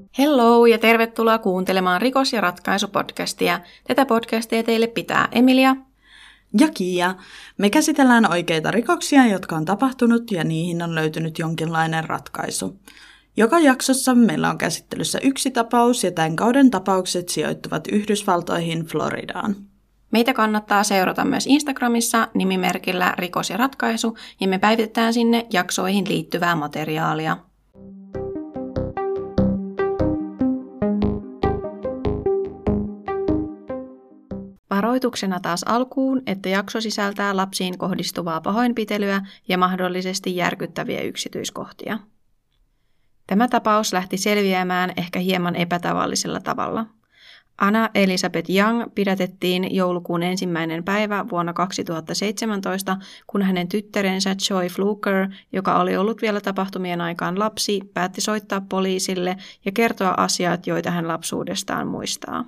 Hello ja tervetuloa kuuntelemaan Rikos- ja ratkaisu-podcastia. Tätä podcastia teille pitää Emilia ja Kiia. Me käsitellään oikeita rikoksia, jotka on tapahtunut ja niihin on löytynyt jonkinlainen ratkaisu. Joka jaksossa meillä on käsittelyssä yksi tapaus ja tämän kauden tapaukset sijoittuvat Yhdysvaltoihin Floridaan. Meitä kannattaa seurata myös Instagramissa nimimerkillä Rikos ja ratkaisu ja me päivitetään sinne jaksoihin liittyvää materiaalia. Varoituksena taas alkuun, että jakso sisältää lapsiin kohdistuvaa pahoinpitelyä ja mahdollisesti järkyttäviä yksityiskohtia. Tämä tapaus lähti selviämään ehkä hieman epätavallisella tavalla. Anna Elizabeth Young pidätettiin joulukuun 1. päivä vuonna 2017, kun hänen tyttärensä Joy Fluker, joka oli ollut vielä tapahtumien aikaan lapsi, päätti soittaa poliisille ja kertoa asiat, joita hän lapsuudestaan muistaa.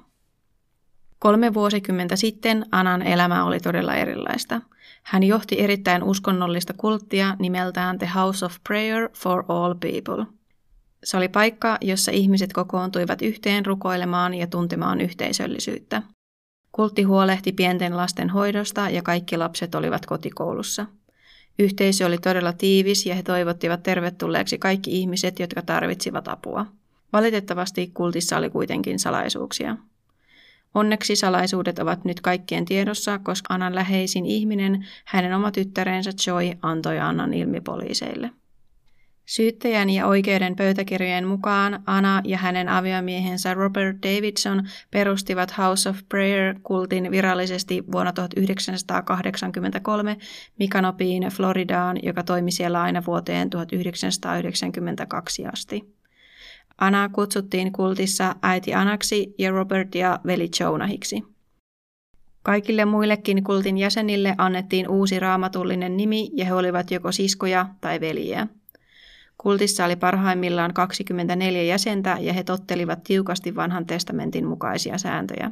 3 vuosikymmentä sitten Annan elämä oli todella erilaista. Hän johti erittäin uskonnollista kulttia nimeltään The House of Prayer for All People. Se oli paikka, jossa ihmiset kokoontuivat yhteen rukoilemaan ja tuntemaan yhteisöllisyyttä. Kultti huolehti pienten lasten hoidosta ja kaikki lapset olivat kotikoulussa. Yhteisö oli todella tiivis ja he toivottivat tervetulleeksi kaikki ihmiset, jotka tarvitsivat apua. Valitettavasti kultissa oli kuitenkin salaisuuksia. Onneksi salaisuudet ovat nyt kaikkien tiedossa, koska Annan läheisin ihminen, hänen oma tyttärensä Joy, antoi Annan ilmi poliiseille. Syyttäjän ja oikeuden pöytäkirjojen mukaan Anna ja hänen aviomiehensä Robert Davidson perustivat House of Prayer-kultin virallisesti vuonna 1983 Micanopiin, Floridaan, joka toimi siellä aina vuoteen 1992 asti. Anna kutsuttiin kultissa äiti Anaksi ja Robertia veli Jonahiksi. Kaikille muillekin kultin jäsenille annettiin uusi raamatullinen nimi ja he olivat joko siskoja tai veljiä. Kultissa oli parhaimmillaan 24 jäsentä ja he tottelivat tiukasti vanhan testamentin mukaisia sääntöjä.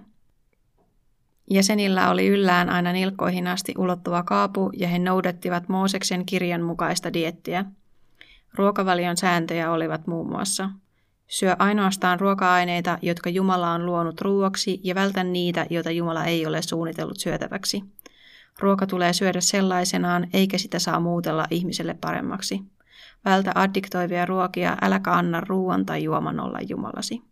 Jäsenillä oli yllään aina nilkkoihin asti ulottuva kaapu ja he noudattivat Mooseksen kirjan mukaista dieettiä. Ruokavalion sääntöjä olivat muun muassa: syö ainoastaan ruoka-aineita, jotka Jumala on luonut ruuaksi, ja vältä niitä, joita Jumala ei ole suunnitellut syötäväksi. Ruoka tulee syödä sellaisenaan, eikä sitä saa muutella ihmiselle paremmaksi. Vältä addiktoivia ruokia, äläkä anna ruoan tai juoman olla Jumalasi.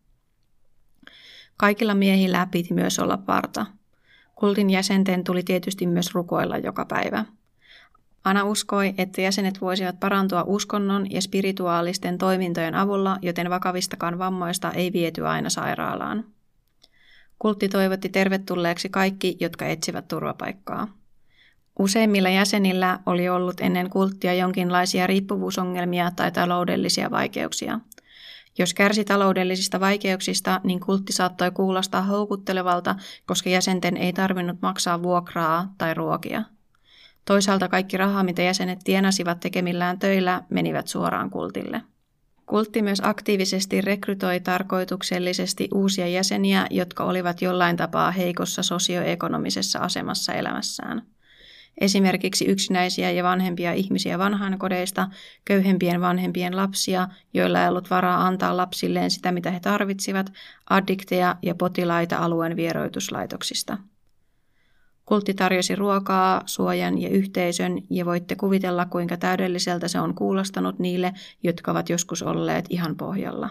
Kaikilla miehillä piti myös olla parta. Kultin jäsenten tuli tietysti myös rukoilla joka päivä. Anna uskoi, että jäsenet voisivat parantua uskonnon ja spirituaalisten toimintojen avulla, joten vakavistakaan vammoista ei viety aina sairaalaan. Kultti toivotti tervetulleeksi kaikki, jotka etsivät turvapaikkaa. Useimmilla jäsenillä oli ollut ennen kulttia jonkinlaisia riippuvuusongelmia tai taloudellisia vaikeuksia. Jos kärsi taloudellisista vaikeuksista, niin kultti saattoi kuulostaa houkuttelevalta, koska jäsenten ei tarvinnut maksaa vuokraa tai ruokia. Toisaalta kaikki raha, mitä jäsenet tienasivat tekemillään töillä, menivät suoraan kultille. Kultti myös aktiivisesti rekrytoi tarkoituksellisesti uusia jäseniä, jotka olivat jollain tapaa heikossa sosioekonomisessa asemassa elämässään. Esimerkiksi yksinäisiä ja vanhempia ihmisiä vanhainkodeista, köyhempien vanhempien lapsia, joilla ei ollut varaa antaa lapsilleen sitä, mitä he tarvitsivat, addikteja ja potilaita alueen vieroituslaitoksista. Kultti tarjosi ruokaa, suojan ja yhteisön, ja voitte kuvitella, kuinka täydelliseltä se on kuulostanut niille, jotka ovat joskus olleet ihan pohjalla.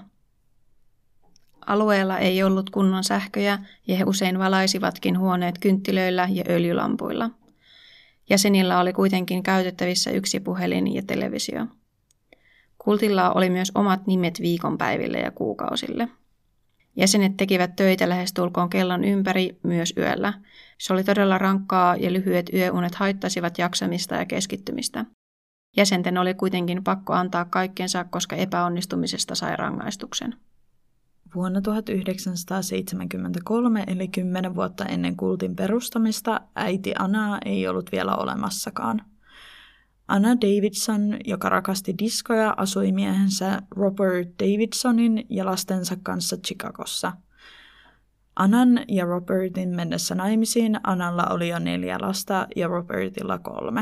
Alueella ei ollut kunnon sähköjä, ja he usein valaisivatkin huoneet kynttilöillä ja öljylampuilla. Jäsenillä oli kuitenkin käytettävissä yksi puhelin ja televisio. Kultilla oli myös omat nimet viikonpäiville ja kuukausille. Jäsenet tekivät töitä lähestulkoon kellon ympäri, myös yöllä. Se oli todella rankkaa ja lyhyet yöunet haittasivat jaksamista ja keskittymistä. Jäsenten oli kuitenkin pakko antaa kaikkensa, koska epäonnistumisesta sai rangaistuksen. Vuonna 1973, eli 10 vuotta ennen kultin perustamista, äiti Anna ei ollut vielä olemassakaan. Anna Davidson, joka rakasti diskoja, asui miehensä Robert Davidsonin ja lastensa kanssa Chicagossa. Annan ja Robertin mennessä naimisiin Annalla oli jo 4 lasta ja Robertilla 3.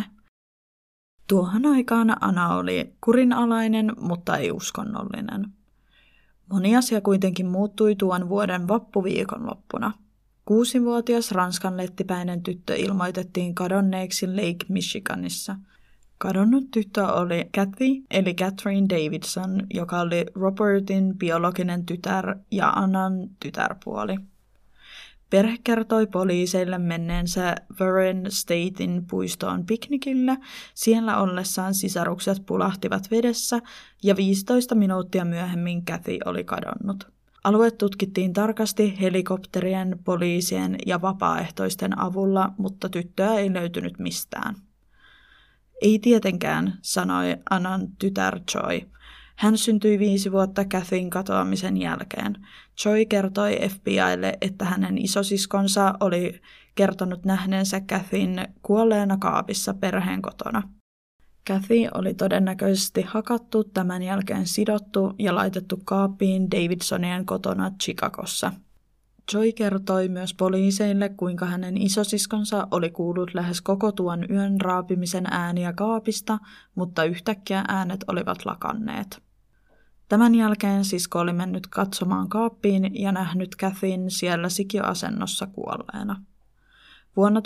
Tuohon aikaan Anna oli kurinalainen, mutta ei uskonnollinen. Moni asia kuitenkin muuttui tuon vuoden vappuviikonloppuna. 6-vuotias Ranskan lettipäinen tyttö ilmoitettiin kadonneeksi Lake Michiganissa. Kadonnut tyttö oli Kathy, eli Catherine Davidson, joka oli Robertin biologinen tytär ja Annan tytärpuoli. Perhe kertoi poliiseille menneensä Warren Statein puistoon piknikille. Siellä ollessaan sisarukset pulahtivat vedessä ja 15 minuuttia myöhemmin Kathy oli kadonnut. Alue tutkittiin tarkasti helikopterien, poliisien ja vapaaehtoisten avulla, mutta tyttöä ei löytynyt mistään. Ei tietenkään, sanoi Annan tytär Joy. Hän syntyi 5 vuotta Kathyn katoamisen jälkeen. Joy kertoi FBI:lle, että hänen isosiskonsa oli kertonut nähneensä Kathyn kuolleena kaapissa perheen kotona. Kathy oli todennäköisesti hakattu, tämän jälkeen sidottu ja laitettu kaappiin Davidsonien kotona Chicagossa. Joy kertoi myös poliiseille, kuinka hänen isosiskonsa oli kuullut lähes koko tuon yön raapimisen ääniä kaapista, mutta yhtäkkiä äänet olivat lakanneet. Tämän jälkeen sisko oli mennyt katsomaan kaappiin ja nähnyt Kathyn siellä sikiöasennossa kuolleena. Vuonna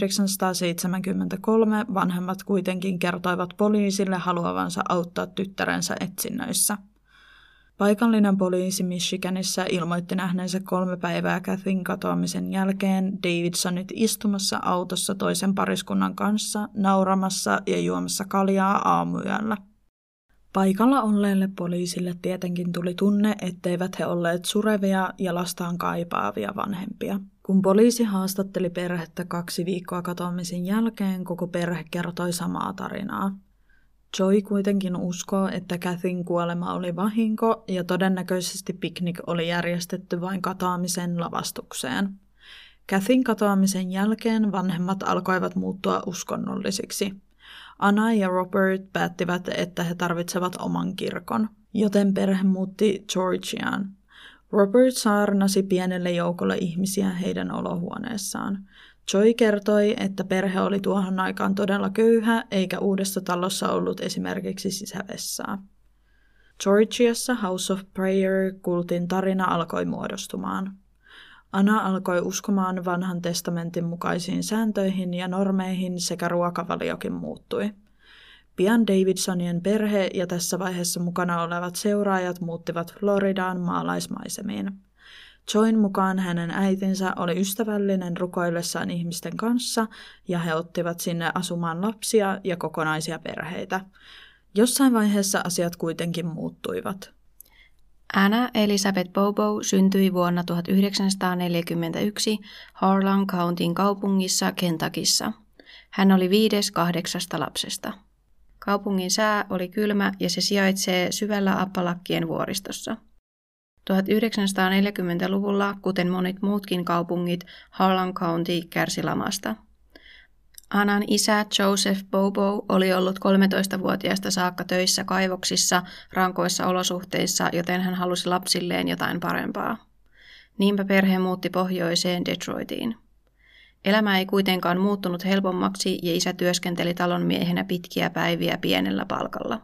1973 vanhemmat kuitenkin kertoivat poliisille haluavansa auttaa tyttärensä etsinnöissä. Paikallinen poliisi Michiganissa ilmoitti nähneensä 3 päivää Kathyn katoamisen jälkeen Davidsonit istumassa autossa toisen pariskunnan kanssa, nauramassa ja juomassa kaljaa aamuyöllä. Paikalla olleille poliisille tietenkin tuli tunne, etteivät he olleet surevia ja lastaan kaipaavia vanhempia. Kun poliisi haastatteli perhettä 2 viikkoa katoamisen jälkeen, koko perhe kertoi samaa tarinaa. Joy kuitenkin uskoo, että Kathyn kuolema oli vahinko ja todennäköisesti piknik oli järjestetty vain katoamisen lavastukseen. Kathyn katoamisen jälkeen vanhemmat alkoivat muuttua uskonnollisiksi. Anna ja Robert päättivät, että he tarvitsevat oman kirkon, joten perhe muutti Georgiaan. Robert saarnasi pienelle joukolle ihmisiä heidän olohuoneessaan. Joy kertoi, että perhe oli tuohon aikaan todella köyhä, eikä uudessa talossa ollut esimerkiksi sisävessaa. Georgiassa House of Prayer-kultin tarina alkoi muodostumaan. Anna alkoi uskomaan vanhan testamentin mukaisiin sääntöihin ja normeihin sekä ruokavaliokin muuttui. Pian Davidsonien perhe ja tässä vaiheessa mukana olevat seuraajat muuttivat Floridaan maalaismaisemiin. Joyn mukaan hänen äitinsä oli ystävällinen rukoillessaan ihmisten kanssa ja he ottivat sinne asumaan lapsia ja kokonaisia perheitä. Jossain vaiheessa asiat kuitenkin muuttuivat. Anna Elizabeth Bobo syntyi vuonna 1941 Harlan Countyn kaupungissa Kentuckyssa. Hän oli 5. 8 lapsesta. Kaupungin sää oli kylmä ja se sijaitsee syvällä Appalakkien vuoristossa. 1940-luvulla, kuten monet muutkin kaupungit, Harlan County kärsi lamasta. Annan isä Joseph Bobo oli ollut 13-vuotiaasta saakka töissä kaivoksissa rankoissa olosuhteissa, joten hän halusi lapsilleen jotain parempaa. Niinpä perhe muutti pohjoiseen Detroitiin. Elämä ei kuitenkaan muuttunut helpommaksi ja isä työskenteli talonmiehenä pitkiä päiviä pienellä palkalla.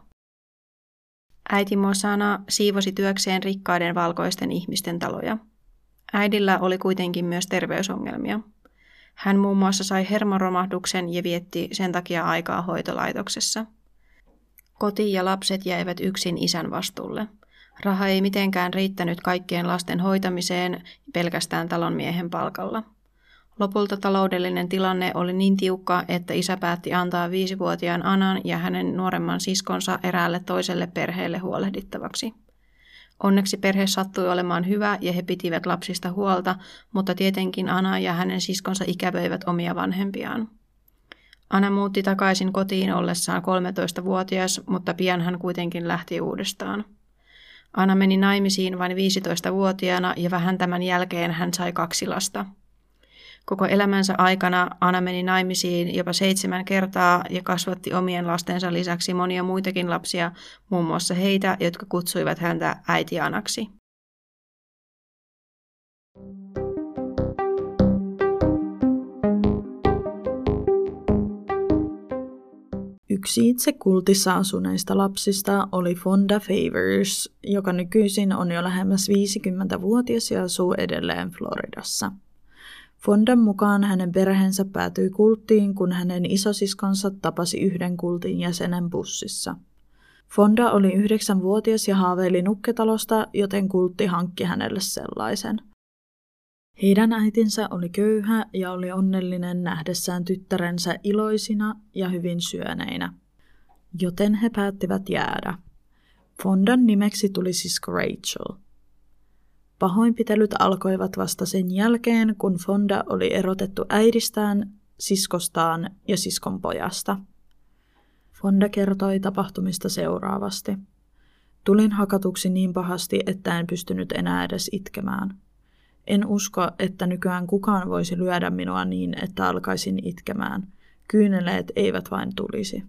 Äiti Mosana siivosi työkseen rikkaiden valkoisten ihmisten taloja. Äidillä oli kuitenkin myös terveysongelmia. Hän muun muassa sai hermoromahduksen ja vietti sen takia aikaa hoitolaitoksessa. Koti ja lapset jäivät yksin isän vastuulle. Raha ei mitenkään riittänyt kaikkien lasten hoitamiseen pelkästään talonmiehen palkalla. Lopulta taloudellinen tilanne oli niin tiukka, että isä päätti antaa 5-vuotiaan Anan ja hänen nuoremman siskonsa eräälle toiselle perheelle huolehdittavaksi. Onneksi perhe sattui olemaan hyvä ja he pitivät lapsista huolta, mutta tietenkin Anna ja hänen siskonsa ikävöivät omia vanhempiaan. Anna muutti takaisin kotiin ollessaan 13-vuotias, mutta pian hän kuitenkin lähti uudestaan. Anna meni naimisiin vain 15-vuotiaana ja vähän tämän jälkeen hän sai 2 lasta. Koko elämänsä aikana Anna meni naimisiin jopa 7 kertaa ja kasvatti omien lastensa lisäksi monia muitakin lapsia, muun muassa heitä, jotka kutsuivat häntä äiti Anaksi. Yksi itse kultissa asuneista lapsista oli Fonda Favors, joka nykyisin on jo lähemmäs 50-vuotias ja asuu edelleen Floridassa. Fondan mukaan hänen perheensä päätyi kulttiin, kun hänen isosiskonsa tapasi yhden kultin jäsenen bussissa. Fonda oli 9-vuotias ja haaveili nukketalosta, joten kultti hankki hänelle sellaisen. Heidän äitinsä oli köyhä ja oli onnellinen nähdessään tyttärensä iloisina ja hyvin syöneinä, joten he päättivät jäädä. Fondan nimeksi tuli sisko Rachel. Pahoinpitelyt alkoivat vasta sen jälkeen, kun Fonda oli erotettu äidistään, siskostaan ja siskonpojasta. Fonda kertoi tapahtumista seuraavasti. Tulin hakatuksi niin pahasti, että en pystynyt enää edes itkemään. En usko, että nykyään kukaan voisi lyödä minua niin, että alkaisin itkemään. Kyyneleet eivät vain tulisi.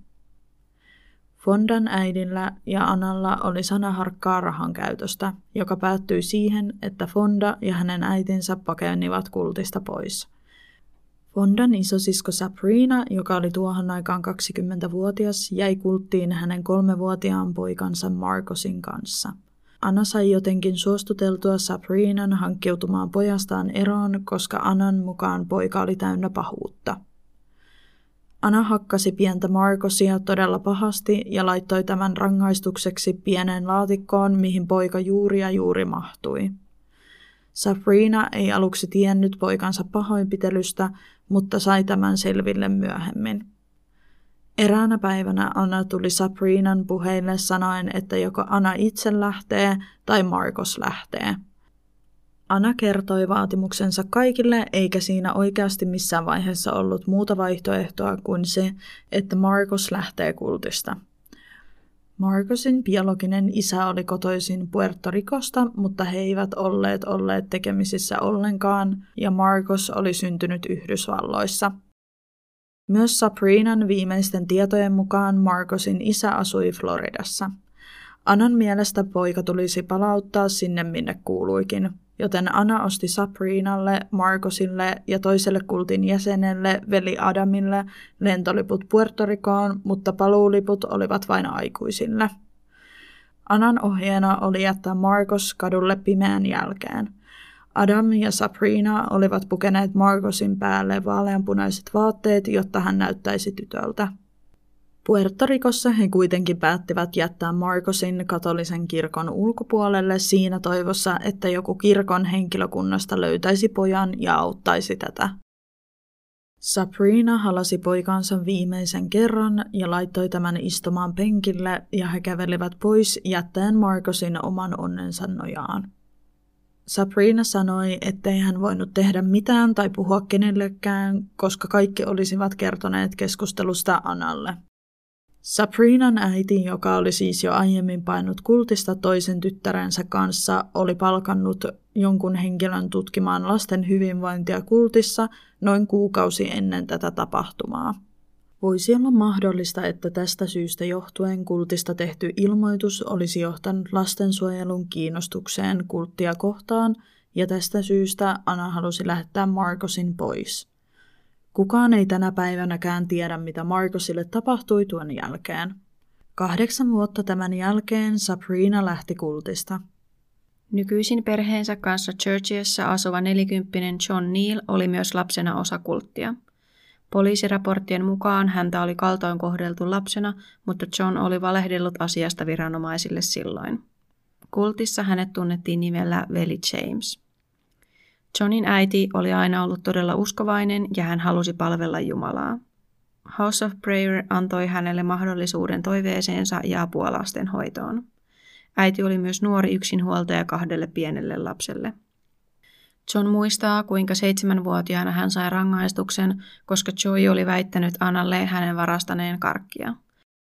Fondan äidillä ja Analla oli sanaharkkaa rahan käytöstä, joka päättyi siihen, että Fonda ja hänen äitinsä pakenivat kultista pois. Fondan isosisko Sabrina, joka oli tuohon aikaan 20-vuotias, jäi kulttiin hänen 3-vuotiaan poikansa Marcosin kanssa. Anna sai jotenkin suostuteltua Sabrinan hankkiutumaan pojastaan eroon, koska Annan mukaan poika oli täynnä pahuutta. Anna hakkasi pientä Marcosia todella pahasti ja laittoi tämän rangaistukseksi pieneen laatikkoon, mihin poika juuri ja juuri mahtui. Sabrina ei aluksi tiennyt poikansa pahoinpitelystä, mutta sai tämän selville myöhemmin. Eräänä päivänä Anna tuli Sabrinan puheille sanoen, että joko Anna itse lähtee tai Marcos lähtee. Anna kertoi vaatimuksensa kaikille, eikä siinä oikeasti missään vaiheessa ollut muuta vaihtoehtoa kuin se, että Marcos lähtee kultista. Marcosin biologinen isä oli kotoisin Puerto Ricosta, mutta he eivät olleet tekemisissä ollenkaan, ja Marcos oli syntynyt Yhdysvalloissa. Myös Sabrinan viimeisten tietojen mukaan Marcosin isä asui Floridassa. Annan mielestä poika tulisi palauttaa sinne, minne kuuluikin, joten Anna osti Sabrinalle, Marcosille ja toiselle kultin jäsenelle, veli Adamille, lentoliput Puerto Ricoon, mutta paluuliput olivat vain aikuisille. Annan ohjeena oli jättää Marcos kadulle pimeän jälkeen. Adam ja Sabrina olivat pukeneet Marcosin päälle vaaleanpunaiset vaatteet, jotta hän näyttäisi tytöltä. Puerto Ricossa he kuitenkin päättivät jättää Marcosin katolisen kirkon ulkopuolelle siinä toivossa, että joku kirkon henkilökunnasta löytäisi pojan ja auttaisi tätä. Sabrina halasi poikansa viimeisen kerran ja laittoi tämän istumaan penkille ja he kävelivät pois jättäen Marcosin oman onnensa nojaan. Sabrina sanoi, ettei hän voinut tehdä mitään tai puhua kenellekään, koska kaikki olisivat kertoneet keskustelusta Annalle. Sabrinan äiti, joka oli siis jo aiemmin painut kultista toisen tyttärensä kanssa, oli palkannut jonkun henkilön tutkimaan lasten hyvinvointia kultissa noin kuukausi ennen tätä tapahtumaa. Voisi olla mahdollista, että tästä syystä johtuen kultista tehty ilmoitus olisi johtanut lastensuojelun kiinnostukseen kulttia kohtaan, ja tästä syystä Anna halusi lähettää Marcosin pois. Kukaan ei tänä päivänäkään tiedä, mitä Marcosille tapahtui tuon jälkeen. 8 vuotta tämän jälkeen Sabrina lähti kultista. Nykyisin perheensä kanssa Churchiassa asuva 40-vuotias John Neal oli myös lapsena osa kulttia. Poliisiraporttien mukaan häntä oli kaltoin kohdeltu lapsena, mutta John oli valehdellut asiasta viranomaisille silloin. Kultissa hänet tunnettiin nimellä veli James. Johnin äiti oli aina ollut todella uskovainen ja hän halusi palvella Jumalaa. House of Prayer antoi hänelle mahdollisuuden toiveeseensa ja apua lastenhoitoon. Äiti oli myös nuori yksinhuoltaja 2 pienelle lapselle. John muistaa, kuinka 7-vuotiaana hän sai rangaistuksen, koska Joy oli väittänyt Annalle hänen varastaneen karkkia.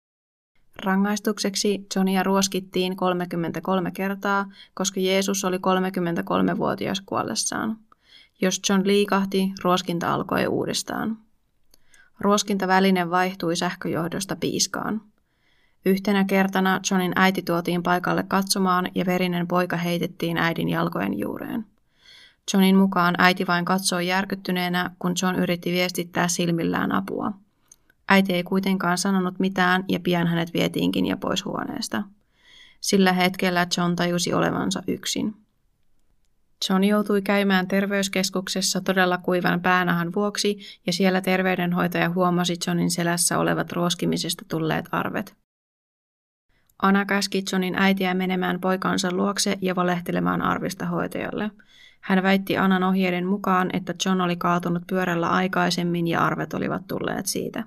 Rangaistukseksi Johnia ruoskittiin 33 kertaa, koska Jeesus oli 33-vuotias kuollessaan. Jos John liikahti, ruoskinta alkoi uudestaan. Ruoskintaväline vaihtui sähköjohdosta piiskaan. Yhtenä kertana Johnin äiti tuotiin paikalle katsomaan ja verinen poika heitettiin äidin jalkojen juureen. Johnin mukaan äiti vain katsoi järkyttyneenä, kun John yritti viestittää silmillään apua. Äiti ei kuitenkaan sanonut mitään ja pian hänet vietiinkin jo pois huoneesta. Sillä hetkellä John tajusi olevansa yksin. John joutui käymään terveyskeskuksessa todella kuivan päänahan vuoksi ja siellä terveydenhoitaja huomasi Johnin selässä olevat ruoskimisesta tulleet arvet. Anna käski Johnin äitiä menemään poikansa luokse ja valehtelemaan arvista hoitajalle. Hän väitti Annan ohjeiden mukaan, että John oli kaatunut pyörällä aikaisemmin ja arvet olivat tulleet siitä.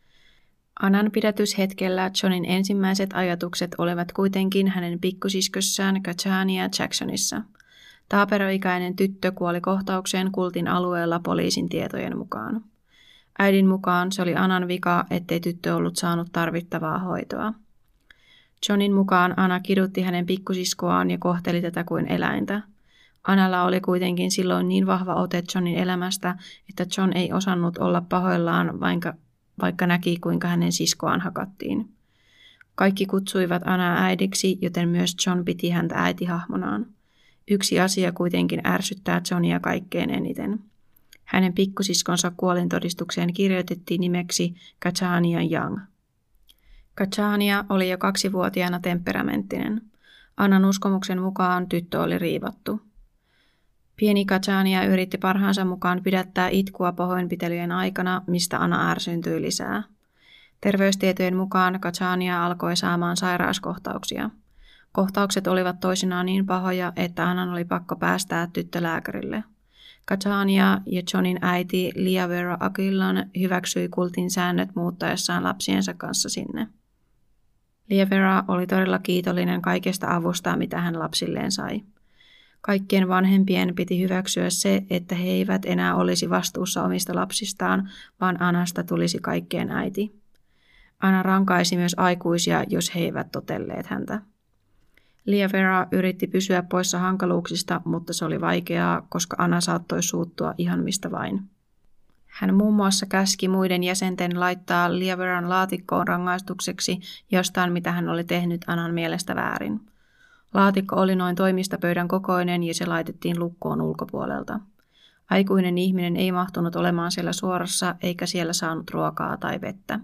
Annan pidätyshetkellä Johnin ensimmäiset ajatukset olivat kuitenkin hänen pikkusiskössään Katjania Jacksonissa. Taaperoikäinen tyttö kuoli kohtaukseen kultin alueella poliisin tietojen mukaan. Äidin mukaan se oli Annan vika, ettei tyttö ollut saanut tarvittavaa hoitoa. Johnin mukaan Anna kidutti hänen pikkusiskoaan ja kohteli tätä kuin eläintä. Annalla oli kuitenkin silloin niin vahva ote Johnin elämästä, että John ei osannut olla pahoillaan, vaikka näki, kuinka hänen siskoaan hakattiin. Kaikki kutsuivat Annaa äidiksi, joten myös John piti häntä äitihahmonaan. Yksi asia kuitenkin ärsyttää Johnia kaikkein eniten. Hänen pikkusiskonsa kuolintodistukseen kirjoitettiin nimeksi Katjania Young. Katjania oli jo 2-vuotiaana temperamenttinen. Annan uskomuksen mukaan tyttö oli riivattu. Pieni Katjania yritti parhaansa mukaan pidättää itkua pahoinpitelyjen aikana, mistä Anna ärsyyntyi lisää. Terveystietojen mukaan Katjania alkoi saamaan sairauskohtauksia. Kohtaukset olivat toisinaan niin pahoja, että Annan oli pakko päästää tyttö lääkärille. Katjania ja Johnin äiti Leah Vera Aguilan hyväksyi kultin säännöt muuttaessaan lapsiensa kanssa sinne. Leah Vera oli todella kiitollinen kaikesta avusta, mitä hän lapsilleen sai. Kaikkien vanhempien piti hyväksyä se, että he eivät enää olisi vastuussa omista lapsistaan, vaan Annasta tulisi kaikkien äiti. Anna rankaisi myös aikuisia, jos he eivät totelleet häntä. Leah Vera yritti pysyä poissa hankaluuksista, mutta se oli vaikeaa, koska Anna saattoi suuttua ihan mistä vain. Hän muun muassa käski muiden jäsenten laittaa Leah Veran laatikkoon rangaistukseksi jostain, mitä hän oli tehnyt Annan mielestä väärin. Laatikko oli noin toimistopöydän kokoinen ja se laitettiin lukkoon ulkopuolelta. Aikuinen ihminen ei mahtunut olemaan siellä suorassa eikä siellä saanut ruokaa tai vettä.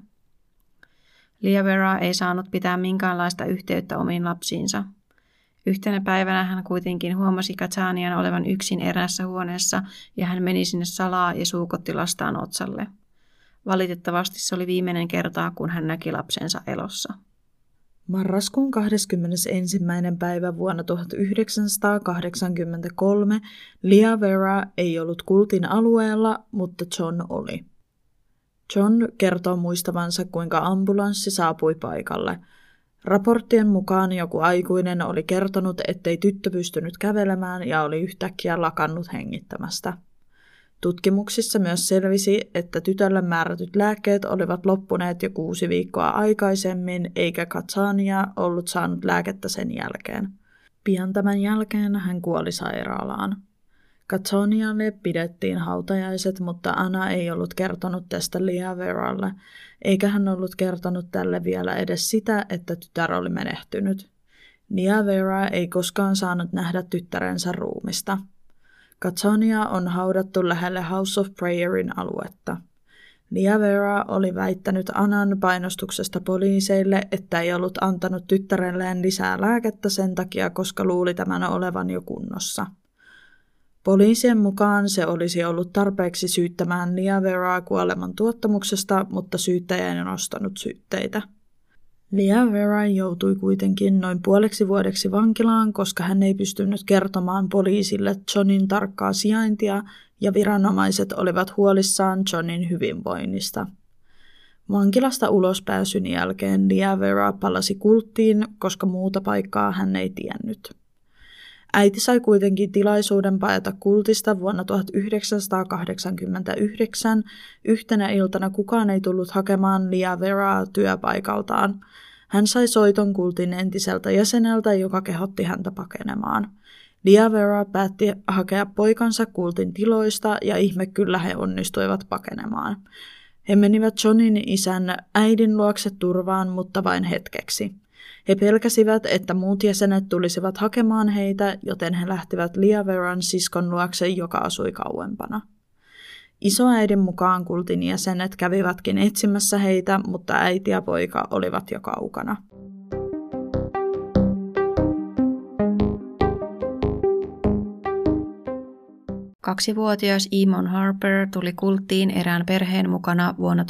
Leah Vera ei saanut pitää minkäänlaista yhteyttä omiin lapsiinsa. Yhtenä päivänä hän kuitenkin huomasi Katjanian olevan yksin eräässä huoneessa ja hän meni sinne salaa ja suukotti lastaan otsalle. Valitettavasti se oli viimeinen kerta, kun hän näki lapsensa elossa. Marraskuun 21. päivä vuonna 1983 Leah Vera ei ollut kultin alueella, mutta John oli. John kertoo muistavansa, kuinka ambulanssi saapui paikalle. Raporttien mukaan joku aikuinen oli kertonut, ettei tyttö pystynyt kävelemään ja oli yhtäkkiä lakannut hengittämästä. Tutkimuksissa myös selvisi, että tytölle määrätyt lääkkeet olivat loppuneet jo 6 viikkoa aikaisemmin, eikä Katjania ollut saanut lääkettä sen jälkeen. Pian tämän jälkeen hän kuoli sairaalaan. Katjanialle pidettiin hautajaiset, mutta Anna ei ollut kertonut tästä Leah Veralle, eikä hän ollut kertonut tälle vielä edes sitä, että tytär oli menehtynyt. Leah Vera ei koskaan saanut nähdä tyttärensä ruumista. Katjania on haudattu lähelle House of Prayerin aluetta. Leah Vera oli väittänyt Annan painostuksesta poliiseille, että ei ollut antanut tyttärelleen lisää lääkettä sen takia, koska luuli tämän olevan jo kunnossa. Poliisien mukaan se olisi ollut tarpeeksi syyttämään Leah Veraa kuoleman tuottamuksesta, mutta syyttäjä ei nostanut syytteitä. Leah Vera joutui kuitenkin noin puoleksi vuodeksi vankilaan, koska hän ei pystynyt kertomaan poliisille Johnin tarkkaa sijaintia ja viranomaiset olivat huolissaan Johnin hyvinvoinnista. Vankilasta ulospääsyn jälkeen Leah Vera palasi kulttiin, koska muuta paikkaa hän ei tiennyt. Äiti sai kuitenkin tilaisuuden paeta kultista vuonna 1989. Yhtenä iltana kukaan ei tullut hakemaan Leah Veraa työpaikaltaan. Hän sai soiton kultin entiseltä jäseneltä, joka kehotti häntä pakenemaan. Leah Vera päätti hakea poikansa kultin tiloista ja ihme kyllä he onnistuivat pakenemaan. He menivät Johnin isän äidin luokse turvaan, mutta vain hetkeksi. He pelkäsivät, että muut jäsenet tulisivat hakemaan heitä, joten he lähtivät Leah Veran siskon luokse, joka asui kauempana. Isoäidin mukaan kultin jäsenet kävivätkin etsimässä heitä, mutta äiti ja poika olivat jo kaukana. Kaksivuotias Eamon Harper tuli kulttiin erään perheen mukana vuonna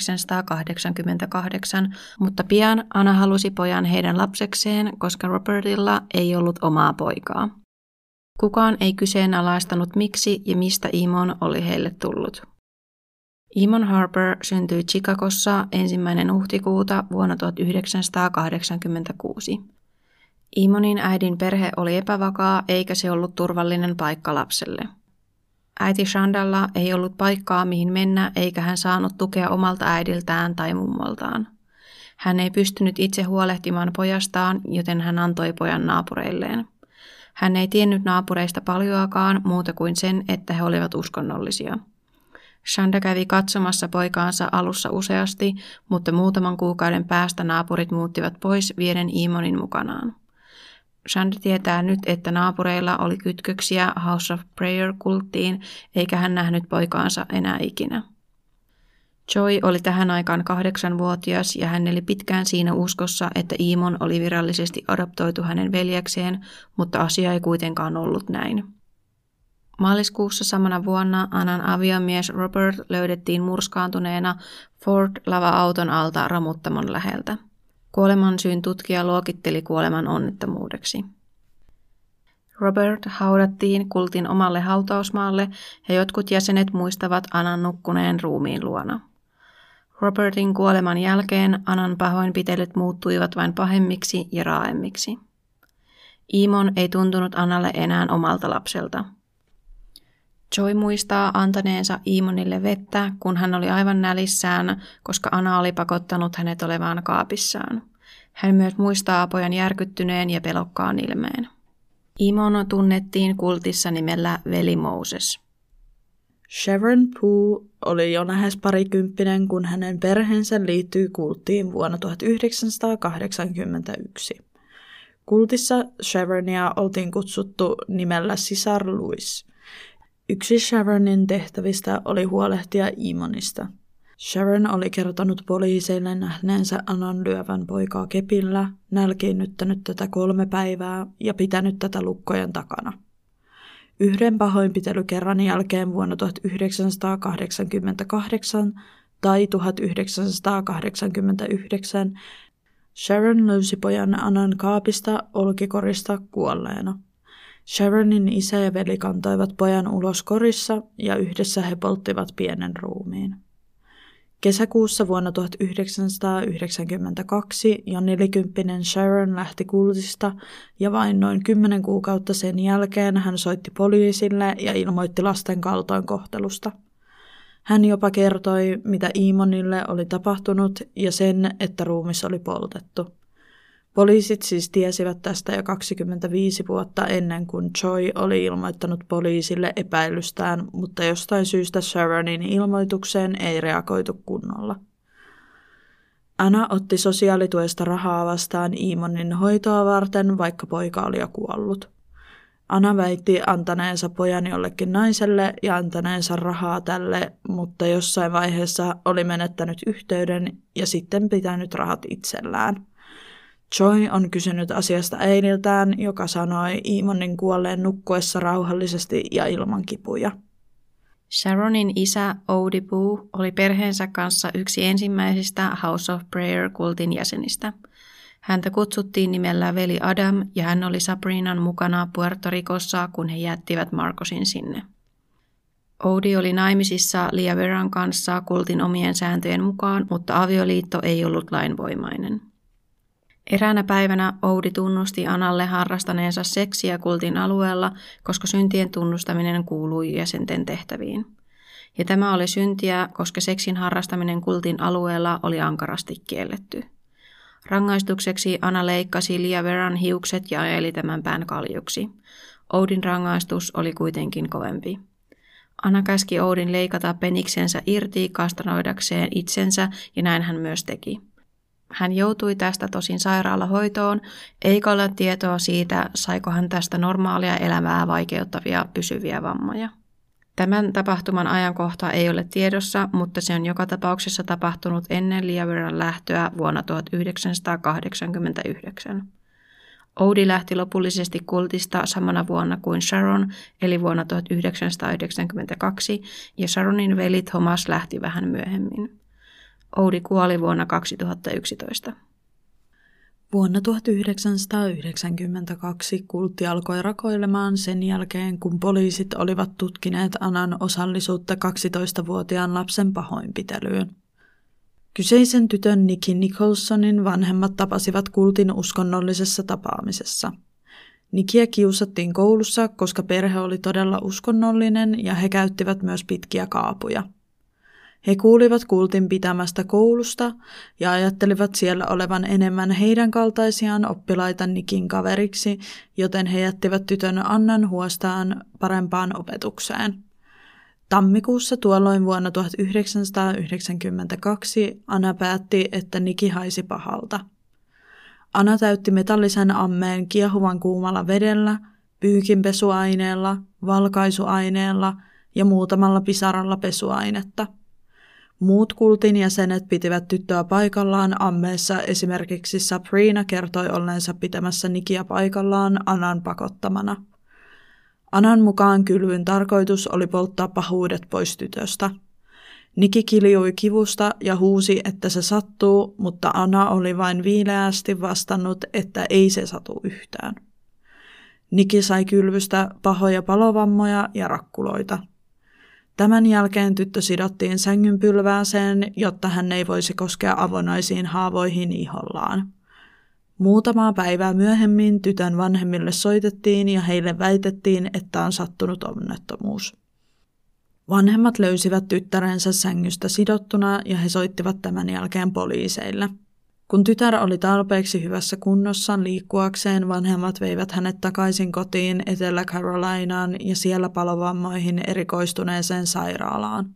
1988, mutta pian Anna halusi pojan heidän lapsekseen, koska Robertilla ei ollut omaa poikaa. Kukaan ei kyseenalaistanut miksi ja mistä Eamon oli heille tullut. Eamon Harper syntyi Chicagossa 1. huhtikuuta vuonna 1986. Eamonin äidin perhe oli epävakaa eikä se ollut turvallinen paikka lapselle. Äiti Shandalla ei ollut paikkaa mihin mennä eikä hän saanut tukea omalta äidiltään tai mummoltaan. Hän ei pystynyt itse huolehtimaan pojastaan, joten hän antoi pojan naapureilleen. Hän ei tiennyt naapureista paljoakaan muuta kuin sen, että he olivat uskonnollisia. Shanda kävi katsomassa poikaansa alussa useasti, mutta muutaman kuukauden päästä naapurit muuttivat pois vieden Eamonin mukanaan. Shanda tietää nyt, että naapureilla oli kytköksiä House of Prayer-kulttiin, eikä hän nähnyt poikaansa enää ikinä. Joy oli tähän aikaan 8-vuotias ja hän eli pitkään siinä uskossa, että Eamon oli virallisesti adoptoitu hänen veljekseen, mutta asia ei kuitenkaan ollut näin. Maaliskuussa samana vuonna Annan aviomies Robert löydettiin murskaantuneena Ford-lava-auton alta romuttamon läheltä. Kuolemansyyn tutkija luokitteli kuoleman onnettomuudeksi. Robert haudattiin kultin omalle hautausmaalle ja jotkut jäsenet muistavat Annan nukkuneen ruumiin luona. Robertin kuoleman jälkeen Annan pahoinpitelyt muuttuivat vain pahemmiksi ja raaemmiksi. Eamon ei tuntunut Annalle enää omalta lapselta. Joy muistaa antaneensa Eamonille vettä, kun hän oli aivan nälissään, koska Anna oli pakottanut hänet olemaan kaapissaan. Hän myös muistaa pojan järkyttyneen ja pelokkaan ilmeen. Eamon tunnettiin kultissa nimellä Veli Moses. Sharon Poole oli jo lähes parikymppinen, kun hänen perheensä liittyi kulttiin vuonna 1981. Kultissa Sharonia oltiin kutsuttu nimellä Sisar Louis. Yksi Sharonin tehtävistä oli huolehtia Eamonista. Sharon oli kertonut poliiseille nähneensä Annan lyövän poikaa kepillä, nälkiinnyttänyt tätä 3 päivää ja pitänyt tätä lukkojen takana. Yhden pahoinpitelykerran jälkeen vuonna 1988 tai 1989 Sharon löysi pojan Annan kaapista olkikorista kuolleena. Sharonin isä ja veli kantoivat pojan ulos korissa ja yhdessä he polttivat pienen ruumiin. Kesäkuussa vuonna 1992 jo 40-vuotias Sharon lähti kultista ja vain noin 10 kuukautta sen jälkeen hän soitti poliisille ja ilmoitti lasten kaltoinkohtelusta. Hän jopa kertoi, mitä Eamonille oli tapahtunut ja sen, että ruumis oli poltettu. Poliisit siis tiesivät tästä jo 25 vuotta ennen kuin Joy oli ilmoittanut poliisille epäilystään, mutta jostain syystä Sharonin ilmoitukseen ei reagoitu kunnolla. Anna otti sosiaalituesta rahaa vastaan Eamonin hoitoa varten, vaikka poika oli jo kuollut. Anna väitti antaneensa pojan jollekin naiselle ja antaneensa rahaa tälle, mutta jossain vaiheessa oli menettänyt yhteyden ja sitten pitänyt rahat itsellään. Joy on kysynyt asiasta äidiltään, joka sanoi Eamonin kuolleen nukkuessa rauhallisesti ja ilman kipuja. Sharonin isä Oudipoo oli perheensä kanssa yksi ensimmäisistä House of Prayer-kultin jäsenistä. Häntä kutsuttiin nimellä veli Adam ja hän oli Sabrinan mukana Puerto Ricossa, kun he jättivät Marcosin sinne. Oudi oli naimisissa Liaveran kanssa kultin omien sääntöjen mukaan, mutta avioliitto ei ollut lainvoimainen. Eräänä päivänä Oudi tunnusti Annalle harrastaneensa seksiä kultin alueella, koska syntien tunnustaminen kuului jäsenten tehtäviin. Ja tämä oli syntiä, koska seksin harrastaminen kultin alueella oli ankarasti kielletty. Rangaistukseksi Anna leikkasi Liaveran hiukset ja ajeli tämän pään kaljuksi. Oudin rangaistus oli kuitenkin kovempi. Anna käski Oudin leikata peniksensä irti kastroidakseen itsensä ja näin hän myös teki. Hän joutui tästä tosin sairaalahoitoon, eikä ole tietoa siitä, saiko hän tästä normaalia elämää vaikeuttavia pysyviä vammoja. Tämän tapahtuman ajankohta ei ole tiedossa, mutta se on joka tapauksessa tapahtunut ennen Lieberan lähtöä vuonna 1989. Oudi lähti lopullisesti kultista samana vuonna kuin Sharon, eli vuonna 1992, ja Sharonin veli Thomas lähti vähän myöhemmin. Oudi kuoli vuonna 2011. Vuonna 1992 kultti alkoi rakoilemaan sen jälkeen, kun poliisit olivat tutkineet Anan osallisuutta 12-vuotiaan lapsen pahoinpitelyyn. Kyseisen tytön Nikki Nicholsonin vanhemmat tapasivat kultin uskonnollisessa tapaamisessa. Nikkiä kiusattiin koulussa, koska perhe oli todella uskonnollinen ja he käyttivät myös pitkiä kaapuja. He kuulivat kultin pitämästä koulusta ja ajattelivat siellä olevan enemmän heidän kaltaisiaan oppilaita Nikin kaveriksi, joten he jättivät tytön Annan huostaan parempaan opetukseen. Tammikuussa tuolloin vuonna 1992 Anna päätti, että Nikki haisi pahalta. Anna täytti metallisen ammeen kiehuvan kuumalla vedellä, pyykinpesuaineella, valkaisuaineella ja muutamalla pisaralla pesuainetta. Muut kultin jäsenet pitivät tyttöä paikallaan ammeessa, esimerkiksi Sabrina kertoi olleensa pitämässä Nikkiä paikallaan Annan pakottamana. Annan mukaan kylvyn tarkoitus oli polttaa pahuudet pois tytöstä. Nikki kiljui kivusta ja huusi, että se sattuu, mutta Anna oli vain viileästi vastannut, että ei se satu yhtään. Nikki sai kylvystä pahoja palovammoja ja rakkuloita. Tämän jälkeen tyttö sidottiin sängynpylvääseen, jotta hän ei voisi koskea avonaisiin haavoihin ihollaan. Muutamaa päivää myöhemmin tytön vanhemmille soitettiin ja heille väitettiin, että on sattunut onnettomuus. Vanhemmat löysivät tyttärensä sängystä sidottuna ja he soittivat tämän jälkeen poliiseille. Kun tytär oli tarpeeksi hyvässä kunnossa liikkuakseen, vanhemmat veivät hänet takaisin kotiin Etelä-Carolinaan ja siellä palovammoihin erikoistuneeseen sairaalaan.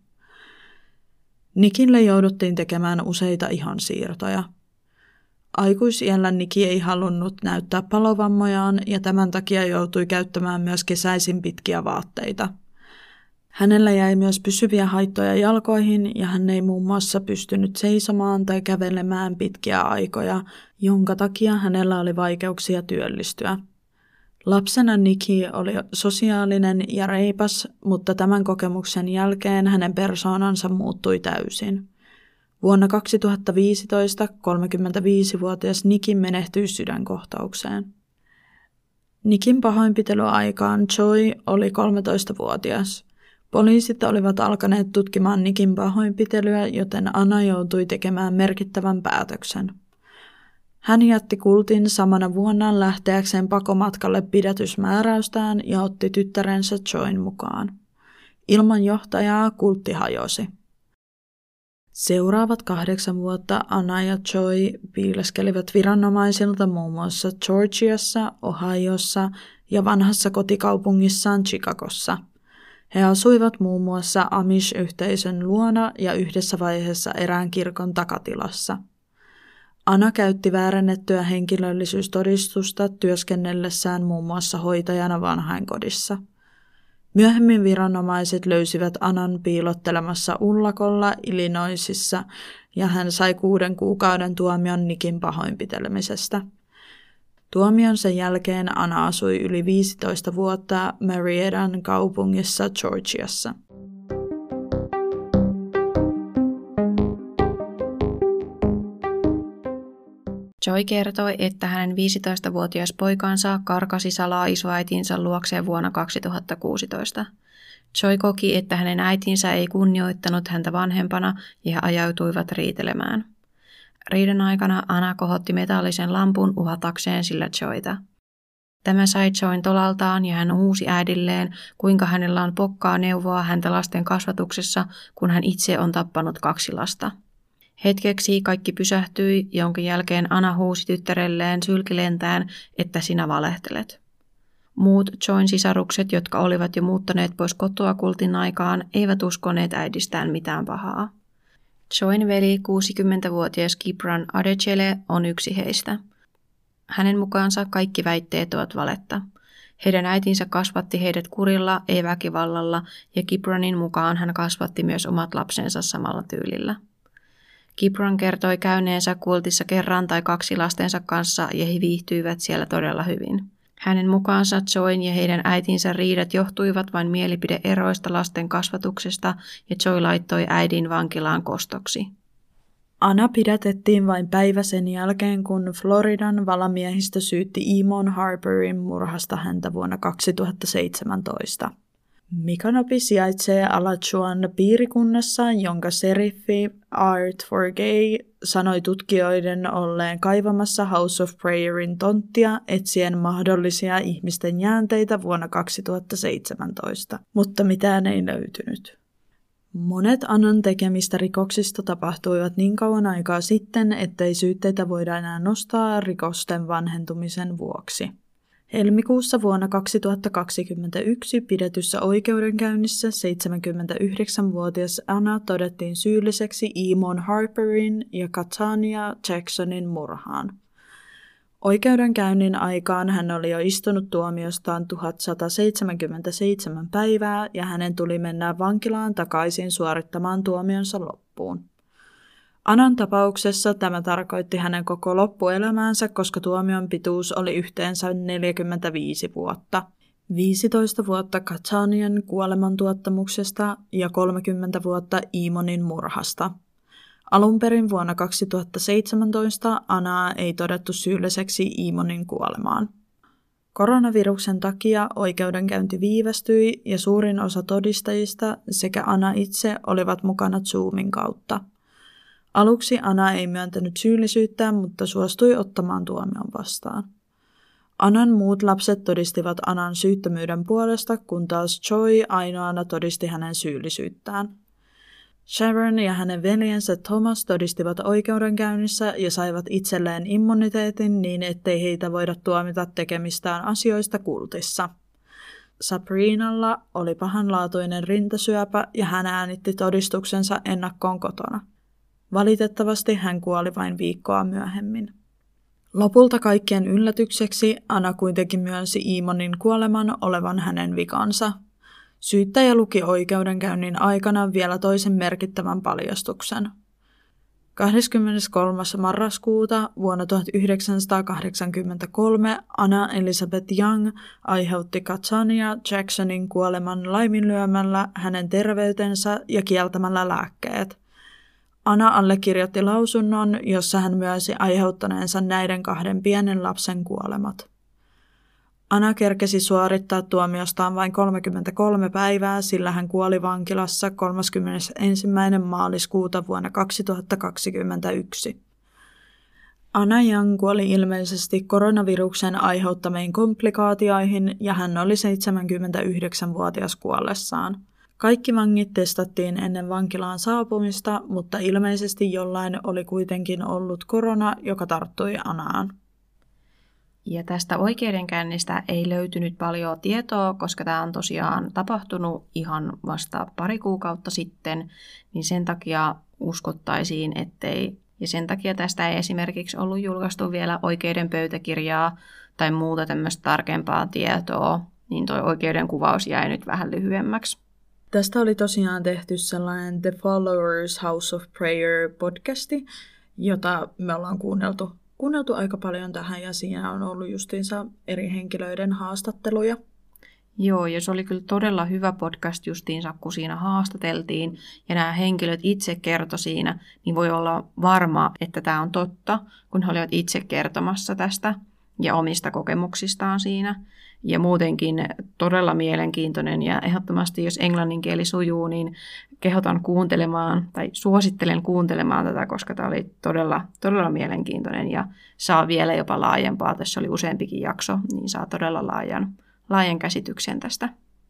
Nickille jouduttiin tekemään useita ihonsiirtoja. Aikuisiällä Nikki ei halunnut näyttää palovammojaan ja tämän takia joutui käyttämään myös kesäisin pitkiä vaatteita. Hänellä jäi myös pysyviä haittoja jalkoihin ja hän ei muun muassa pystynyt seisomaan tai kävelemään pitkiä aikoja, jonka takia hänellä oli vaikeuksia työllistyä. Lapsena Nikki oli sosiaalinen ja reipas, mutta tämän kokemuksen jälkeen hänen persoonansa muuttui täysin. Vuonna 2015 35-vuotias Nikki menehtyi sydänkohtaukseen. Nickin pahoinpitelyaikaan Joy oli 13-vuotias. Poliisit olivat alkaneet tutkimaan Nickin pahoinpitelyä, joten Anna joutui tekemään merkittävän päätöksen. Hän jätti kultin samana vuonna lähteäkseen pakomatkalle pidätysmääräystään ja otti tyttärensä Joyn mukaan. Ilman johtajaa kultti hajosi. Seuraavat 8 vuotta Anna ja Joy piileskelivät viranomaisilta muun muassa Georgiassa, Ohiossa ja vanhassa kotikaupungissaan Chicagossa. He asuivat muun muassa Amish-yhteisön luona ja yhdessä vaiheessa erään kirkon takatilassa. Anna käytti väärennettyä henkilöllisyystodistusta työskennellessään muun muassa hoitajana vanhainkodissa. Myöhemmin viranomaiset löysivät Annan piilottelemassa ullakolla Illinoisissa ja hän sai 6 kuukauden tuomion Nickin pahoinpitelemisestä. Tuomionsa jälkeen Anna asui yli 15 vuotta Marietan kaupungissa Georgiassa. Joy kertoi, että hänen 15-vuotias poikansa karkasi salaa isoäitinsä luokseen vuonna 2016. Joy koki, että hänen äitinsä ei kunnioittanut häntä vanhempana ja he ajautuivat riitelemään. Riidan aikana Anna kohotti metallisen lampun uhatakseen sillä Joyta. Tämä sai Joyn tolaltaan ja hän huusi äidilleen, kuinka hänellä on pokkaa neuvoa häntä lasten kasvatuksessa, kun hän itse on tappanut 2 lasta. Hetkeksi kaikki pysähtyi, jonka jälkeen Anna huusi tyttärelleen sylkilentään, että sinä valehtelet. Muut Joyn sisarukset, jotka olivat jo muuttaneet pois kotoa kultin aikaan, eivät uskoneet äidistään mitään pahaa. Joyn veli 60-vuotias Kibran Adechele on yksi heistä. Hänen mukaansa kaikki väitteet ovat valetta. Heidän äitinsä kasvatti heidät kurilla, ei väkivallalla, ja Kipronin mukaan hän kasvatti myös omat lapsensa samalla tyylillä. Kipron kertoi käyneensä kultissa kerran tai 2 lastensa kanssa ja he viihtyivät siellä todella hyvin. Hänen mukaansa Joyn ja heidän äitinsä riidat johtuivat vain mielipide-eroista lasten kasvatuksesta ja Joy laittoi äidin vankilaan kostoksi. Anna pidätettiin vain päivä sen jälkeen, kun Floridan valamiehistö syytti Eamon Harperin murhasta häntä vuonna 2017. Micanopy sijaitsee Alajuan piirikunnassa, jonka seriffi Art for Gay sanoi tutkijoiden olleen kaivamassa House of Prayerin tonttia etsien mahdollisia ihmisten jäänteitä vuonna 2017, mutta mitään ei löytynyt. Monet Annan tekemistä rikoksista tapahtuivat niin kauan aikaa sitten, ettei syytteitä voida enää nostaa rikosten vanhentumisen vuoksi. Helmikuussa vuonna 2021 pidetyssä oikeudenkäynnissä 79-vuotias Anna todettiin syylliseksi Eamon Harperin ja Katania Jacksonin murhaan. Oikeudenkäynnin aikaan hän oli jo istunut tuomiostaan 1177 päivää ja hänen tuli mennä vankilaan takaisin suorittamaan tuomionsa loppuun. Annan tapauksessa tämä tarkoitti hänen koko loppuelämäänsä, koska tuomion pituus oli yhteensä 45 vuotta. 15 vuotta Katanian kuolemantuottamuksesta ja 30 vuotta Eamonin murhasta. Alun perin vuonna 2017 Annaa ei todettu syylliseksi Eamonin kuolemaan. Koronaviruksen takia oikeudenkäynti viivästyi ja suurin osa todistajista sekä Anna itse olivat mukana Zoomin kautta. Aluksi Anna ei myöntänyt syyllisyyttä, mutta suostui ottamaan tuomion vastaan. Annan muut lapset todistivat Annan syyttömyyden puolesta, kun taas Joy ainoana todisti hänen syyllisyyttään. Sharon ja hänen veljensä Thomas todistivat oikeudenkäynnissä ja saivat itselleen immuniteetin niin, ettei heitä voida tuomita tekemistään asioista kultissa. Sabrinalla oli pahanlaatuinen rintasyöpä ja hän äänitti todistuksensa ennakkoon kotona. Valitettavasti hän kuoli vain viikkoa myöhemmin. Lopulta kaikkien yllätykseksi Anna kuitenkin myönsi Eamonin kuoleman olevan hänen vikansa. Syyttäjä luki oikeudenkäynnin aikana vielä toisen merkittävän paljastuksen. 23. marraskuuta vuonna 1983 Anna Elizabeth Young aiheutti Katania Jacksonin kuoleman laiminlyömällä hänen terveytensä ja kieltämällä lääkkeet. Anna allekirjoitti lausunnon, jossa hän myönsi aiheuttaneensa näiden 2 pienen lapsen kuolemat. Anna kerkesi suorittaa tuomiostaan vain 33 päivää, sillä hän kuoli vankilassa 31. maaliskuuta vuonna 2021. Anna Young kuoli ilmeisesti koronaviruksen aiheuttamiin komplikaatioihin ja hän oli 79-vuotias kuollessaan. Kaikki vangit testattiin ennen vankilaan saapumista, mutta ilmeisesti jollain oli kuitenkin ollut korona, joka tarttui Annaan. Ja tästä oikeudenkäynnistä ei löytynyt paljon tietoa, koska tämä on tosiaan tapahtunut ihan vasta 2 kuukautta sitten, niin sen takia uskottaisiin, ettei. Ja sen takia tästä ei esimerkiksi ollut julkaistu vielä oikeuden pöytäkirjaa tai muuta tämmöistä tarkempaa tietoa, niin tuo oikeudenkuvaus jäi nyt vähän lyhyemmäksi. Tästä oli tosiaan tehty sellainen The Followers House of Prayer podcasti, jota me ollaan kuunneltu aika paljon tähän ja siinä on ollut justiinsa eri henkilöiden haastatteluja. Joo, ja se oli kyllä todella hyvä podcast justiinsa, kun siinä haastateltiin ja nämä henkilöt itse kertoi siinä, niin voi olla varma, että tämä on totta, kun he olivat itse kertomassa tästä ja omista kokemuksistaan siinä. Ja muutenkin todella mielenkiintoinen ja ehdottomasti, jos englannin kieli sujuu, niin kehotan kuuntelemaan tai suosittelen kuuntelemaan tätä, koska tämä oli todella, todella mielenkiintoinen ja saa vielä jopa laajempaa. Tässä oli useampikin jakso, niin saa todella laajan käsityksen tästä.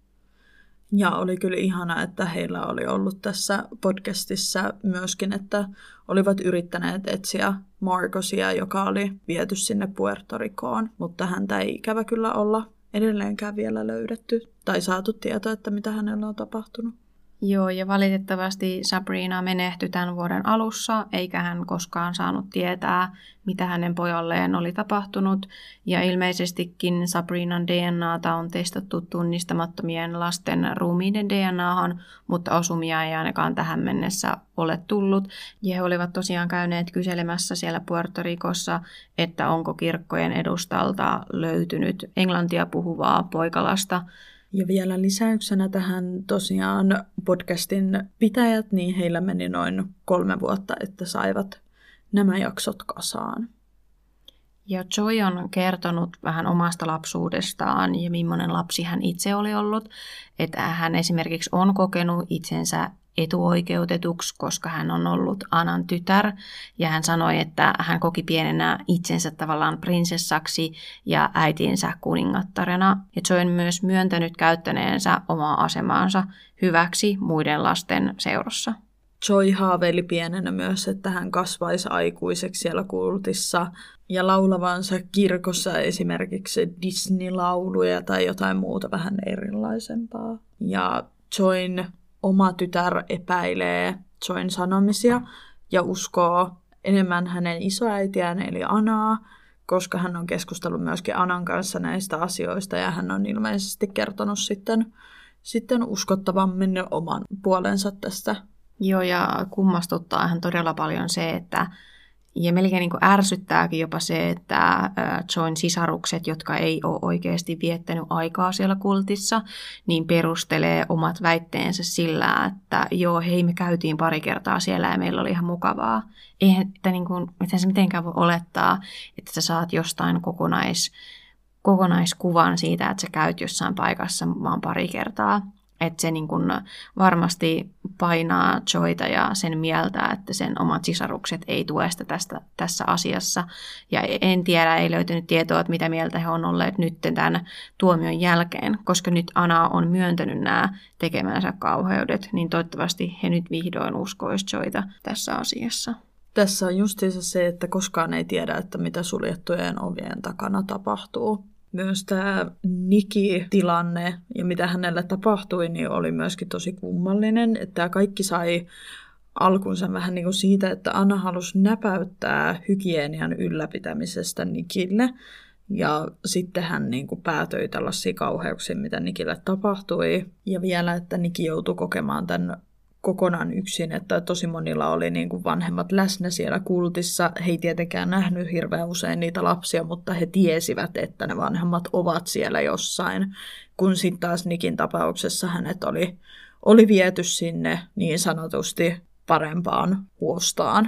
Ja oli kyllä ihana, että heillä oli ollut tässä podcastissa myöskin, että olivat yrittäneet etsiä Marcosia, joka oli viety sinne Puerto Ricoon, mutta häntä ei ikävä kyllä olla edelleenkään vielä löydetty tai saatu tietoa, että mitä hänellä on tapahtunut. Joo, ja valitettavasti Sabrina menehtyi tämän vuoden alussa, eikä hän koskaan saanut tietää, mitä hänen pojalleen oli tapahtunut. Ja ilmeisestikin Sabrinan DNAta on testattu tunnistamattomien lasten ruumiiden DNAhan, mutta osumia ei ainakaan tähän mennessä ole tullut. Ja he olivat tosiaan käyneet kyselemässä siellä Puerto Ricossa, että onko kirkkojen edustalta löytynyt englantia puhuvaa poikalasta. Ja vielä lisäyksenä tähän tosiaan podcastin pitäjät, niin heillä meni noin 3 vuotta, että saivat nämä jaksot kasaan. Ja Joy on kertonut vähän omasta lapsuudestaan ja millainen lapsi hän itse oli ollut. Että hän esimerkiksi on kokenut itsensä etuoikeutetuksi, koska hän on ollut Anan tytär. Ja hän sanoi, että hän koki pienenä itsensä tavallaan prinsessaksi ja äitinsä kuningattarena. Ja Joy on myös myöntänyt käyttäneensä omaa asemaansa hyväksi muiden lasten seurassa. Joy haaveili pienenä myös, että hän kasvaisi aikuiseksi siellä kultissa ja laulavansa kirkossa esimerkiksi Disney-lauluja tai jotain muuta vähän erilaisempaa. Ja Joyn oma tytär epäilee Joyn sanomisia ja uskoo enemmän hänen isoäitiään eli Anaa, koska hän on keskustellut myöskin Anan kanssa näistä asioista ja hän on ilmeisesti kertonut sitten uskottavammin oman puolensa tästä. Joo, ja kummastuttaa hän todella paljon se, että ja melkein niin kuin ärsyttääkin jopa se, että Joyn sisarukset, jotka ei ole oikeasti viettänyt aikaa siellä kultissa, niin perustelee omat väitteensä sillä, että joo, hei, me käytiin pari kertaa siellä ja meillä oli ihan mukavaa. Miten se mitenkään voi olettaa, että sä saat jostain kokonaiskuvan siitä, että sä käyt jossain paikassa vaan pari kertaa. Että se niin kuin varmasti painaa Joyta ja sen mieltä, että sen omat sisarukset ei tue sitä tässä asiassa. Ja en tiedä, ei löytynyt tietoa, että mitä mieltä he on olleet nyt tämän tuomion jälkeen. Koska nyt Ana on myöntänyt nämä tekemänsä kauheudet, niin toivottavasti he nyt vihdoin uskoisivat Joyta tässä asiassa. Tässä on justiinsa se, että koskaan ei tiedä, että mitä suljettujen ovien takana tapahtuu. Myös tämä Nikki-tilanne ja mitä hänelle tapahtui, niin oli myöskin tosi kummallinen. Että tämä kaikki sai alkunsa vähän niin kuin siitä, että Anna halusi näpäyttää hygienian ylläpitämisestä Nikille. Ja sitten hän niin kuin päätyi tällaisiin kauheuksiin, mitä Nikille tapahtui. Ja vielä, että Nikki joutui kokemaan tämän kokonaan yksin, että tosi monilla oli niin kuin vanhemmat läsnä siellä kultissa. He ei tietenkään nähnyt hirveän usein niitä lapsia, mutta he tiesivät, että ne vanhemmat ovat siellä jossain. Kun sitten taas Nikin tapauksessa hänet oli viety sinne niin sanotusti parempaan huostaan.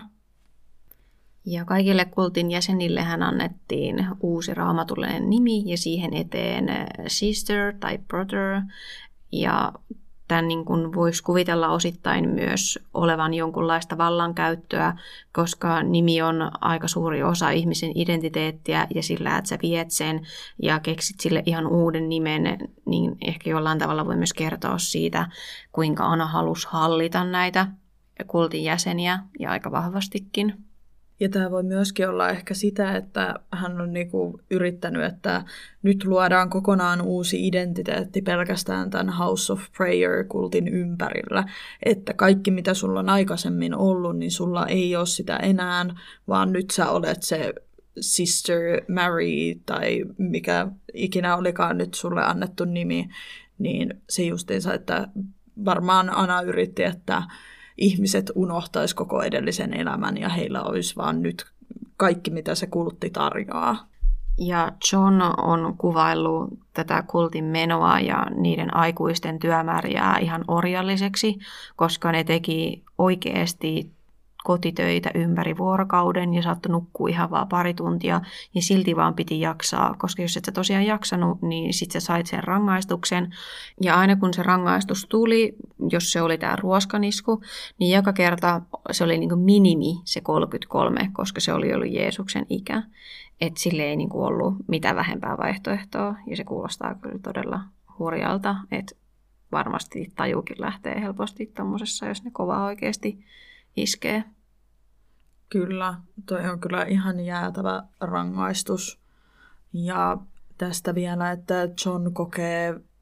Ja kaikille kultin jäsenille hän annettiin uusi raamatullinen nimi ja siihen eteen sister tai brother. Ja tämän niin kuin voisi kuvitella osittain myös olevan jonkunlaista vallankäyttöä, koska nimi on aika suuri osa ihmisen identiteettiä ja sillä, että sä viet sen ja keksit sille ihan uuden nimen, niin ehkä jollain tavalla voi myös kertoa siitä, kuinka Ana halusi hallita näitä kultin jäseniä ja aika vahvastikin. Ja tämä voi myöskin olla ehkä sitä, että hän on niinku yrittänyt, että nyt luodaan kokonaan uusi identiteetti pelkästään tämän House of Prayer-kultin ympärillä. Että kaikki, mitä sulla on aikaisemmin ollut, niin sulla ei ole sitä enää, vaan nyt sä olet se Sister Mary tai mikä ikinä olikaan nyt sulle annettu nimi. Niin se justiinsa, että varmaan Ana yritti, että ihmiset unohtaisi koko edellisen elämän ja heillä olisi vaan nyt kaikki, mitä se kultti tarjoaa. Ja John on kuvaillut tätä kultin menoa ja niiden aikuisten työmääriä ihan orjalliseksi, koska ne teki oikeasti kotitöitä ympäri vuorokauden ja saattoi nukkua ihan vaan pari tuntia ja silti vaan piti jaksaa, koska jos et sä tosiaan jaksanut, niin sit sä sait sen rangaistuksen. Ja aina kun se rangaistus tuli, jos se oli tää ruoskanisku, niin joka kerta se oli niinku minimi se 33, koska se oli ollut Jeesuksen ikä. Että sille ei niinku ollut mitään vähempää vaihtoehtoa ja se kuulostaa kyllä todella hurjalta, että varmasti tajuukin lähtee helposti tommosessa, jos ne kovaa oikeasti iskee. Kyllä, toi on kyllä ihan jäätävä rangaistus. Ja tästä vielä, että John kokee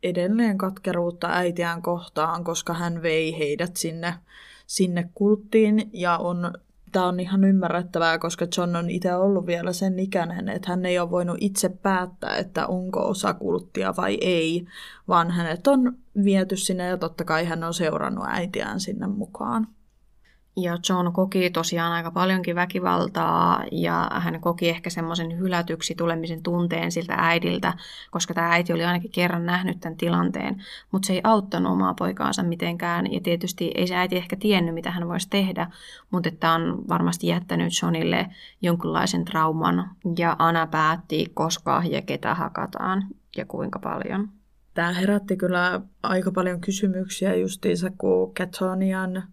edelleen katkeruutta äitiään kohtaan, koska hän vei heidät sinne kulttiin. Ja tämä on ihan ymmärrettävää, koska John on itse ollut vielä sen ikäinen, että hän ei ole voinut itse päättää, että onko osa kulttia vai ei, vaan hänet on viety sinne ja totta kai hän on seurannut äitiään sinne mukaan. Ja John koki tosiaan aika paljonkin väkivaltaa ja hän koki ehkä semmoisen hylätyksi tulemisen tunteen siltä äidiltä, koska tämä äiti oli ainakin kerran nähnyt tämän tilanteen, mutta se ei auttanut omaa poikaansa mitenkään ja tietysti ei se äiti ehkä tiennyt, mitä hän voisi tehdä, mutta tämä on varmasti jättänyt Johnille jonkinlaisen trauman ja Anna päätti, koska ja ketä hakataan ja kuinka paljon. Tämä herätti kyllä aika paljon kysymyksiä justiinsa, kun Catonian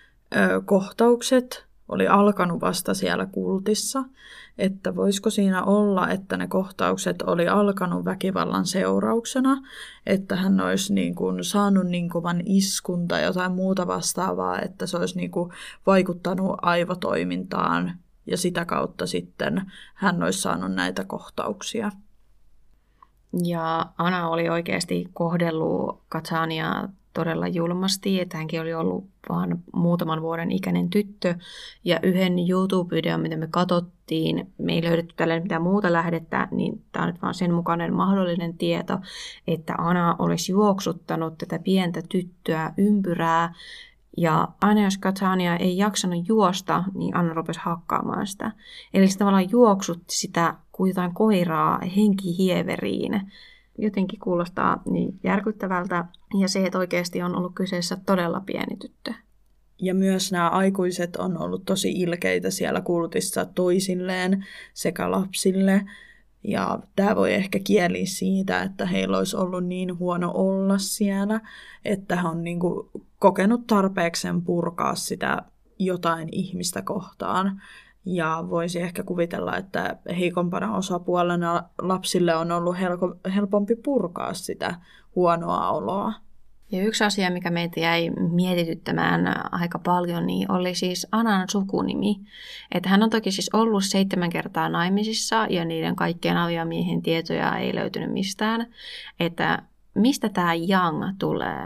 kohtaukset oli alkanut vasta siellä kultissa, että voisiko siinä olla, että ne kohtaukset oli alkanut väkivallan seurauksena, että hän olisi niin kuin saanut niin kovan iskun tai jotain muuta vastaavaa, että se olisi niin kuin vaikuttanut aivotoimintaan ja sitä kautta sitten hän olisi saanut näitä kohtauksia. Ja Anna oli oikeasti kohdellut Cataniaa todella julmasti, että hänkin oli ollut vain muutaman vuoden ikäinen tyttö. Ja yhden YouTube-videon, mitä me katsottiin, me ei löydetty tällä mitään muuta lähdettä, niin tämä on nyt vaan sen mukainen mahdollinen tieto, että Anna olisi juoksuttanut tätä pientä tyttöä ympyrää. Ja aina jos Catania ei jaksanut juosta, niin Anna rupesi hakkaamaan sitä. Eli se tavallaan juoksutti sitä kuin jotain koiraa henkihieveriin. Jotenkin kuulostaa niin järkyttävältä, ja se, että oikeasti on ollut kyseessä todella pieni tyttö. Ja myös nämä aikuiset on ollut tosi ilkeitä siellä kultissa toisilleen sekä lapsille. Ja tämä voi ehkä kieliä siitä, että heillä olisi ollut niin huono olla siellä, että he on niinku kokenut tarpeeksen purkaa sitä jotain ihmistä kohtaan. Ja voisi ehkä kuvitella, että heikompana osapuolena lapsille on ollut helpompi purkaa sitä huonoa oloa. Ja yksi asia, mikä meitä jäi mietityttämään aika paljon, niin oli siis Annan sukunimi. Että hän on toki siis ollut 7 kertaa naimisissa ja niiden kaikkien aviomiehen tietoja ei löytynyt mistään. Että mistä tämä Young tulee?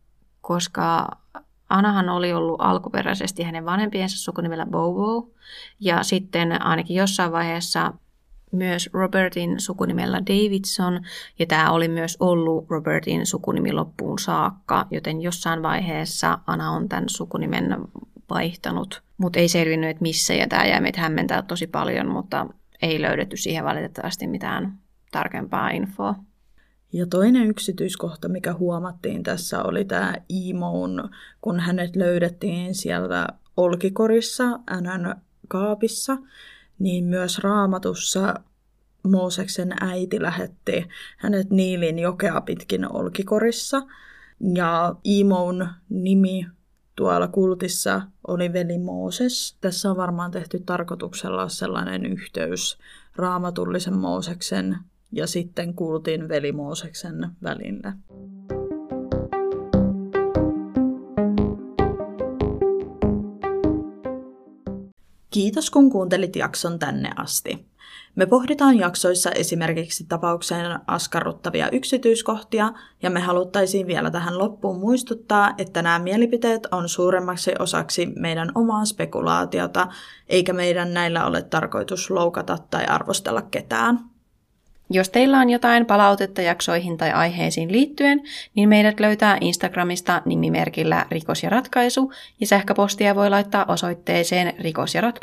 Koska Annahan oli ollut alkuperäisesti hänen vanhempiensa sukunimellä Bobo, ja sitten ainakin jossain vaiheessa myös Robertin sukunimella Davidson, ja tämä oli myös ollut Robertin sukunimi loppuun saakka, joten jossain vaiheessa Anna on tämän sukunimen vaihtanut, mutta ei selvinnyt, että missä, ja tämä jäi meitä hämmentää tosi paljon, mutta ei löydetty siihen valitettavasti mitään tarkempaa infoa. Ja toinen yksityiskohta, mikä huomattiin tässä, oli tämä Emoon, kun hänet löydettiin sieltä olkikorissa, Annan kaapissa, niin myös Raamatussa Mooseksen äiti lähetti hänet Niilin jokea pitkin olkikorissa. Ja Emoon nimi tuolla kultissa oli veli Mooses. Tässä on varmaan tehty tarkoituksella sellainen yhteys raamatullisen Mooseksen ja sitten kultin veli Mooseksen välillä. Kiitos kun kuuntelit jakson tänne asti. Me pohditaan jaksoissa esimerkiksi tapaukseen askarruttavia yksityiskohtia ja me haluttaisiin vielä tähän loppuun muistuttaa, että nämä mielipiteet on suuremmaksi osaksi meidän omaa spekulaatiota, eikä meidän näillä ole tarkoitus loukata tai arvostella ketään. Jos teillä on jotain palautetta jaksoihin tai aiheisiin liittyen, niin meidät löytää Instagramista nimimerkillä Rikos ja Ratkaisu, ja sähköpostia voi laittaa osoitteeseen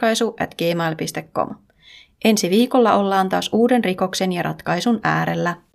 rikosjaratkaisu@gmail.com. Ensi viikolla ollaan taas uuden rikoksen ja ratkaisun äärellä.